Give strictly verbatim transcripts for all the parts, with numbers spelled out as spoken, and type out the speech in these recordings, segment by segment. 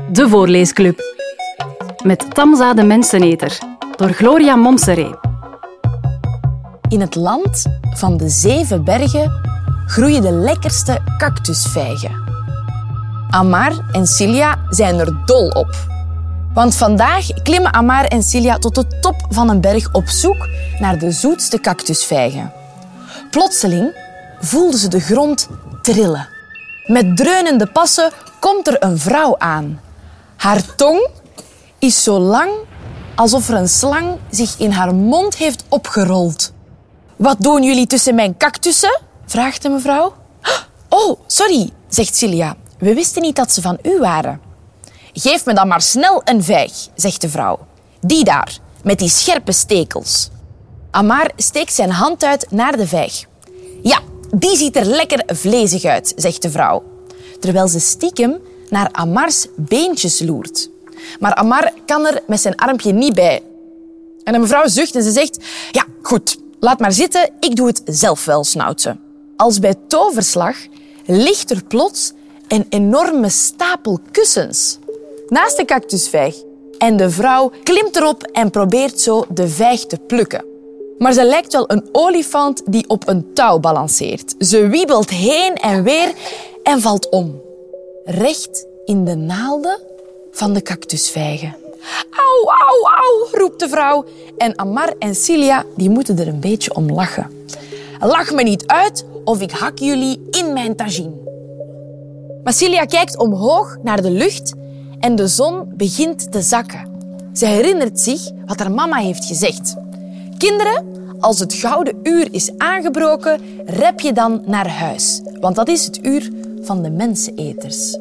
De Voorleesclub. Met Tamza de Menseneter. Door Gloria Montserrat. In het land van de zeven bergen groeien de lekkerste cactusvijgen. Amar en Cilia zijn er dol op. Want vandaag klimmen Amar en Cilia tot de top van een berg op zoek naar de zoetste cactusvijgen. Plotseling voelden ze de grond trillen. Met dreunende passen komt er een vrouw aan. Haar tong is zo lang alsof er een slang zich in haar mond heeft opgerold. Wat doen jullie tussen mijn cactussen? Vraagt de mevrouw. Oh, sorry, zegt Cilia. We wisten niet dat ze van u waren. Geef me dan maar snel een vijg, zegt de vrouw. Die daar, met die scherpe stekels. Amar steekt zijn hand uit naar de vijg. Ja, die ziet er lekker vlezig uit, zegt de vrouw. Terwijl ze stiekem naar Amars beentjes loert. Maar Amar kan er met zijn armpje niet bij. En de mevrouw zucht en ze zegt... Ja, goed, laat maar zitten, ik doe het zelf wel, snauwt ze. Als bij toverslag ligt er plots een enorme stapel kussens naast de cactusvijg. En de vrouw klimt erop en probeert zo de vijg te plukken. Maar ze lijkt wel een olifant die op een touw balanceert. Ze wiebelt heen en weer en valt om. Recht in de naalden van de cactusvijgen. Auw, auw, auw, roept de vrouw. En Amar en Cilia die moeten er een beetje om lachen. Lach me niet uit of ik hak jullie in mijn tagine. Maar Cilia kijkt omhoog naar de lucht en de zon begint te zakken. Ze herinnert zich wat haar mama heeft gezegd. Kinderen, als het gouden uur is aangebroken, rep je dan naar huis. Want dat is het uur van de menseneters.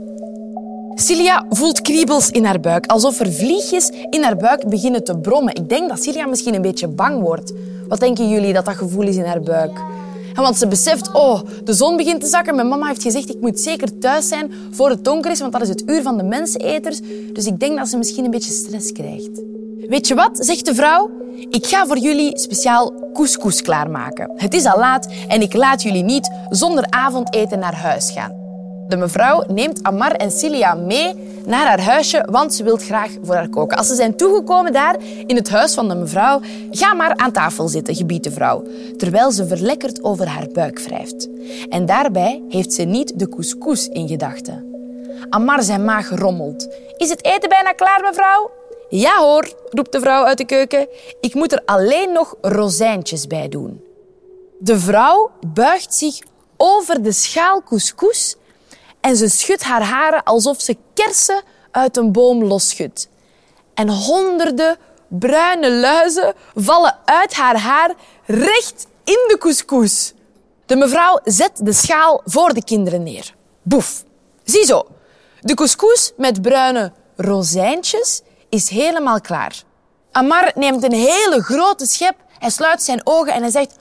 Cilia voelt kriebels in haar buik, alsof er vliegjes in haar buik beginnen te brommen. Ik denk dat Cilia misschien een beetje bang wordt. Wat denken jullie dat dat gevoel is in haar buik? Ja, want ze beseft, oh, de zon begint te zakken. Mijn mama heeft gezegd, ik moet zeker thuis zijn voor het donker is, want dat is het uur van de menseneters. Dus ik denk dat ze misschien een beetje stress krijgt. Weet je wat, zegt de vrouw? Ik ga voor jullie speciaal couscous klaarmaken. Het is al laat en ik laat jullie niet zonder avondeten naar huis gaan. De mevrouw neemt Amar en Cilia mee naar haar huisje, want ze wil graag voor haar koken. Als ze zijn toegekomen daar in het huis van de mevrouw, ga maar aan tafel zitten, gebiedt de vrouw, terwijl ze verlekkerd over haar buik wrijft. En daarbij heeft ze niet de couscous in gedachten. Amar zijn maag rommelt. Is het eten bijna klaar, mevrouw? Ja hoor, roept de vrouw uit de keuken. Ik moet er alleen nog rozijntjes bij doen. De vrouw buigt zich over de schaal couscous en ze schudt haar haren alsof ze kersen uit een boom losschudt. En honderden bruine luizen vallen uit haar haar recht in de couscous. De mevrouw zet de schaal voor de kinderen neer. Boef. Ziezo, de couscous met bruine rozijntjes is helemaal klaar. Amar neemt een hele grote schep, hij sluit zijn ogen en hij zegt...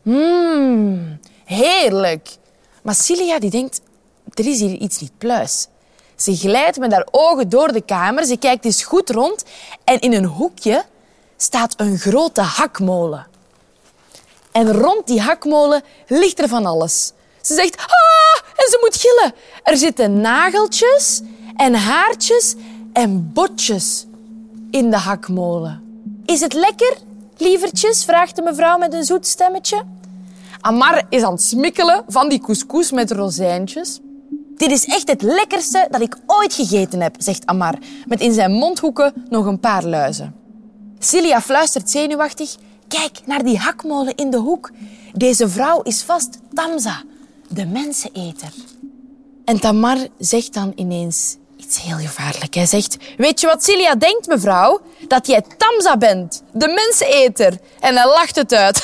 Mmm, heerlijk. Maar Cilia die denkt, er is hier iets niet pluis. Ze glijdt met haar ogen door de kamer, ze kijkt eens goed rond en in een hoekje staat een grote hakmolen. En rond die hakmolen ligt er van alles. Ze zegt, ah, en ze moet gillen. Er zitten nageltjes en haartjes en botjes in de hakmolen. Is het lekker, lievertjes? Vraagt de mevrouw met een zoet stemmetje. Amar is aan het smikkelen van die couscous met rozijntjes. Dit is echt het lekkerste dat ik ooit gegeten heb, zegt Amar, met in zijn mondhoeken nog een paar luizen. Cilia fluistert zenuwachtig, kijk naar die hakmolen in de hoek. Deze vrouw is vast Tamza, de menseneter. En Tamar zegt dan ineens iets heel gevaarlijk. Hij zegt, weet je wat Cilia denkt, mevrouw? Dat jij Tamza bent, de menseneter. En hij lacht het uit.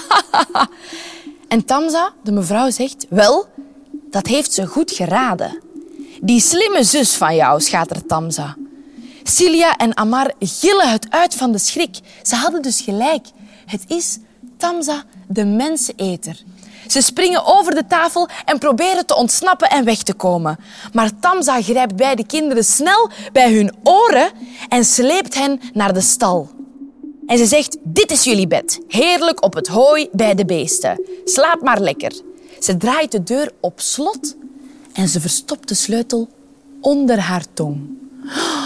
En Tamza, de mevrouw, zegt, wel, dat heeft ze goed geraden. Die slimme zus van jou, schatert Tamza. Cilia en Amar gillen het uit van de schrik. Ze hadden dus gelijk. Het is Tamza, de menseneter. Ze springen over de tafel en proberen te ontsnappen en weg te komen. Maar Tamza grijpt beide kinderen snel bij hun oren en sleept hen naar de stal. En ze zegt, dit is jullie bed. Heerlijk op het hooi bij de beesten. Slaap maar lekker. Ze draait de deur op slot en ze verstopt de sleutel onder haar tong.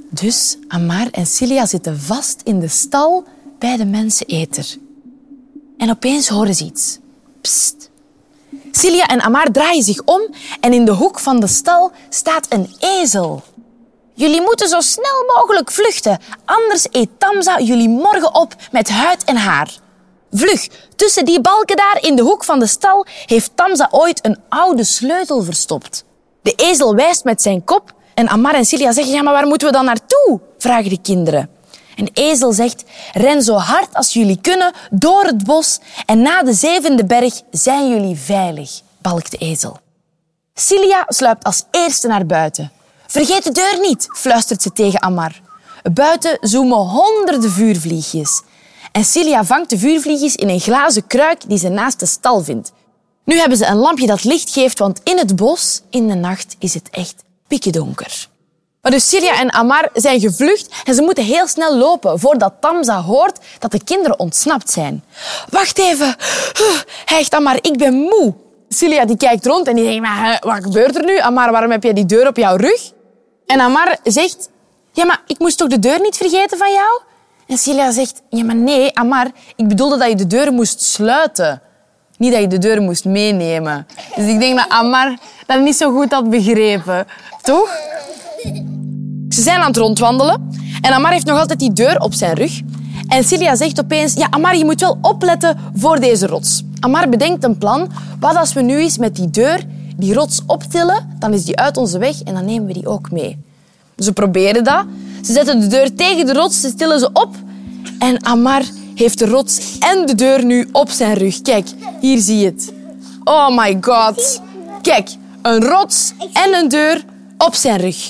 Dus Amar en Cilia zitten vast in de stal bij de menseneter. En opeens horen ze iets. Psst. Cilia en Amar draaien zich om en in de hoek van de stal staat een ezel. Jullie moeten zo snel mogelijk vluchten, anders eet Tamza jullie morgen op met huid en haar. Vlug, tussen die balken daar in de hoek van de stal heeft Tamza ooit een oude sleutel verstopt. De ezel wijst met zijn kop en Amar en Cilia zeggen, ja, maar waar moeten we dan naartoe? Vragen de kinderen. En de ezel zegt, ren zo hard als jullie kunnen door het bos en na de zevende berg zijn jullie veilig, balkt de ezel. Cilia sluipt als eerste naar buiten. Vergeet de deur niet, fluistert ze tegen Amar. Buiten zoomen honderden vuurvliegjes. En Cilia vangt de vuurvliegjes in een glazen kruik die ze naast de stal vindt. Nu hebben ze een lampje dat licht geeft, want in het bos, in de nacht, is het echt pikkedonker. Maar dus Cilia en Amar zijn gevlucht en ze moeten heel snel lopen voordat Tamza hoort dat de kinderen ontsnapt zijn. Wacht even, hijgt Amar, ik ben moe. Cilia die kijkt rond en die denkt, maar wat gebeurt er nu? Amar, waarom heb jij die deur op jouw rug? En Amar zegt, ja, maar ik moest toch de deur niet vergeten van jou? En Cilia zegt, ja, maar nee, Amar, ik bedoelde dat je de deur moest sluiten. Niet dat je de deur moest meenemen. Dus ik denk dat Amar dat niet zo goed had begrepen. Toch? Ze zijn aan het rondwandelen en Amar heeft nog altijd die deur op zijn rug. En Cilia zegt opeens, ja, Amar, je moet wel opletten voor deze rots. Amar bedenkt een plan. Wat als we nu eens met die deur die rots optillen, dan is die uit onze weg en dan nemen we die ook mee. Ze proberen dat. Ze zetten de deur tegen de rots, ze tillen ze op. En Amar heeft de rots en de deur nu op zijn rug. Kijk, hier zie je het. Oh my god. Kijk, een rots en een deur op zijn rug.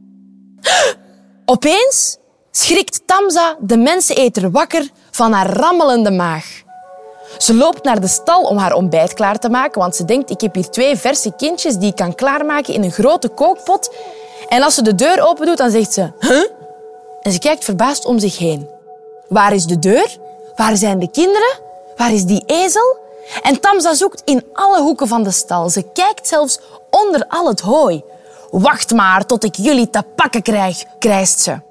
Opeens schrikt Tamza, de menseneter, wakker van haar rammelende maag. Ze loopt naar de stal om haar ontbijt klaar te maken, want ze denkt, ik heb hier twee verse kindjes die ik kan klaarmaken in een grote kookpot. En als ze de deur open doet, dan zegt ze, huh? En ze kijkt verbaasd om zich heen. Waar is de deur? Waar zijn de kinderen? Waar is die ezel? En Tamza zoekt in alle hoeken van de stal. Ze kijkt zelfs onder al het hooi. Wacht maar tot ik jullie te pakken krijg, krijst ze.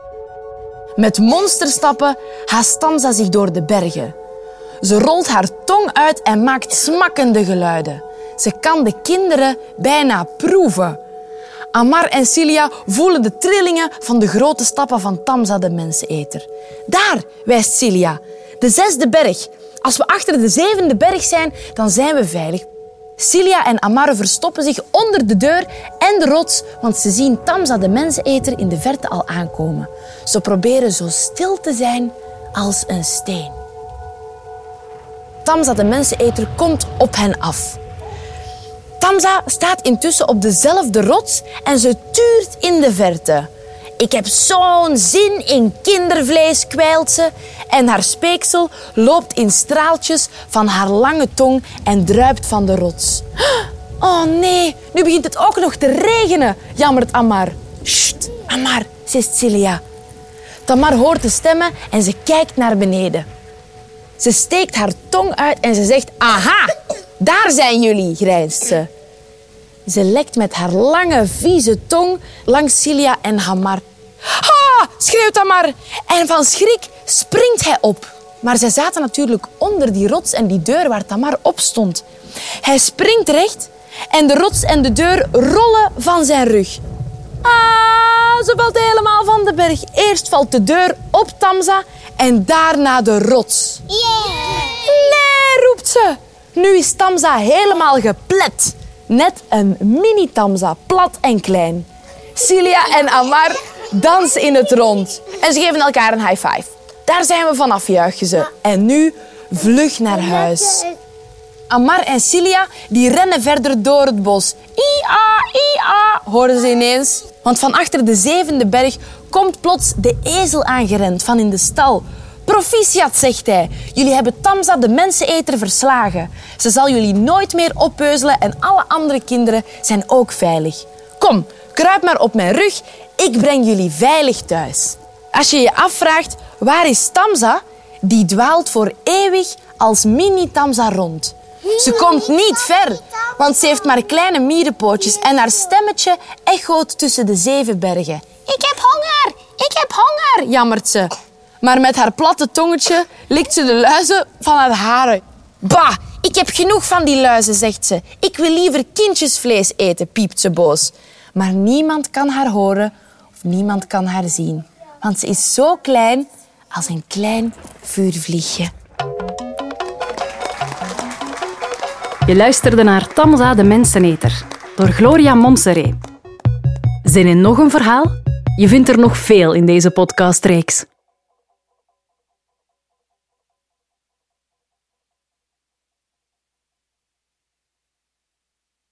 Met monsterstappen haast Tamza zich door de bergen. Ze rolt haar tong uit en maakt smakkende geluiden. Ze kan de kinderen bijna proeven. Amar en Cilia voelen de trillingen van de grote stappen van Tamza, de menseneter. Daar, wijst Cilia, de zesde berg. Als we achter de zevende berg zijn, dan zijn we veilig. Cilia en Amar verstoppen zich onder de deur en de rots, want ze zien Tamza, de menseneter, in de verte al aankomen. Ze proberen zo stil te zijn als een steen. Tamza, de menseneter, komt op hen af. Tamza staat intussen op dezelfde rots en ze tuurt in de verte. Ik heb zo'n zin in kindervlees, kwijlt ze. En haar speeksel loopt in straaltjes van haar lange tong en druipt van de rots. Oh nee, nu begint het ook nog te regenen, jammert Amar. Sst, Amar, zegt Cilia. Tamar hoort de stemmen en ze kijkt naar beneden. Ze steekt haar tong uit en ze zegt, aha, daar zijn jullie, grijnst ze. Ze lekt met haar lange, vieze tong langs Cilia en Amar. Ha, schreeuwt Amar. En van schrik springt hij op. Maar zij zaten natuurlijk onder die rots en die deur waar Tamar op stond. Hij springt recht en de rots en de deur rollen van zijn rug. Ah, ze valt helemaal van de berg. Eerst valt de deur op Tamza en daarna de rots. Yeah. Nee, roept ze. Nu is Tamza helemaal geplet. Net een mini-Tamza, plat en klein. Cilia en Amar dansen in het rond. En ze geven elkaar een high five. Daar zijn we vanaf, juichen ze. En nu vlug naar huis. Amar en Cilia die rennen verder door het bos. Ia, ia, horen ze ineens. Want van achter de zevende berg komt plots de ezel aangerend van in de stal. Proficiat, zegt hij. Jullie hebben Tamza, de menseneter, verslagen. Ze zal jullie nooit meer oppeuzelen en alle andere kinderen zijn ook veilig. Kom, kruip maar op mijn rug. Ik breng jullie veilig thuis. Als je je afvraagt, waar is Tamza? Die dwaalt voor eeuwig als mini-Tamza rond. Ze komt niet ver, want ze heeft maar kleine mierenpootjes en haar stemmetje echoot tussen de zeven bergen. Ik heb honger. haar, jammert ze. Maar met haar platte tongetje likt ze de luizen van haar haren. Bah, ik heb genoeg van die luizen, zegt ze. Ik wil liever kindjesvlees eten, piept ze boos. Maar niemand kan haar horen of niemand kan haar zien. Want ze is zo klein als een klein vuurvliegje. Je luisterde naar Tamza de Menseneter door Gloria Montserrat. Zin in nog een verhaal? Je vindt er nog veel in deze podcastreeks.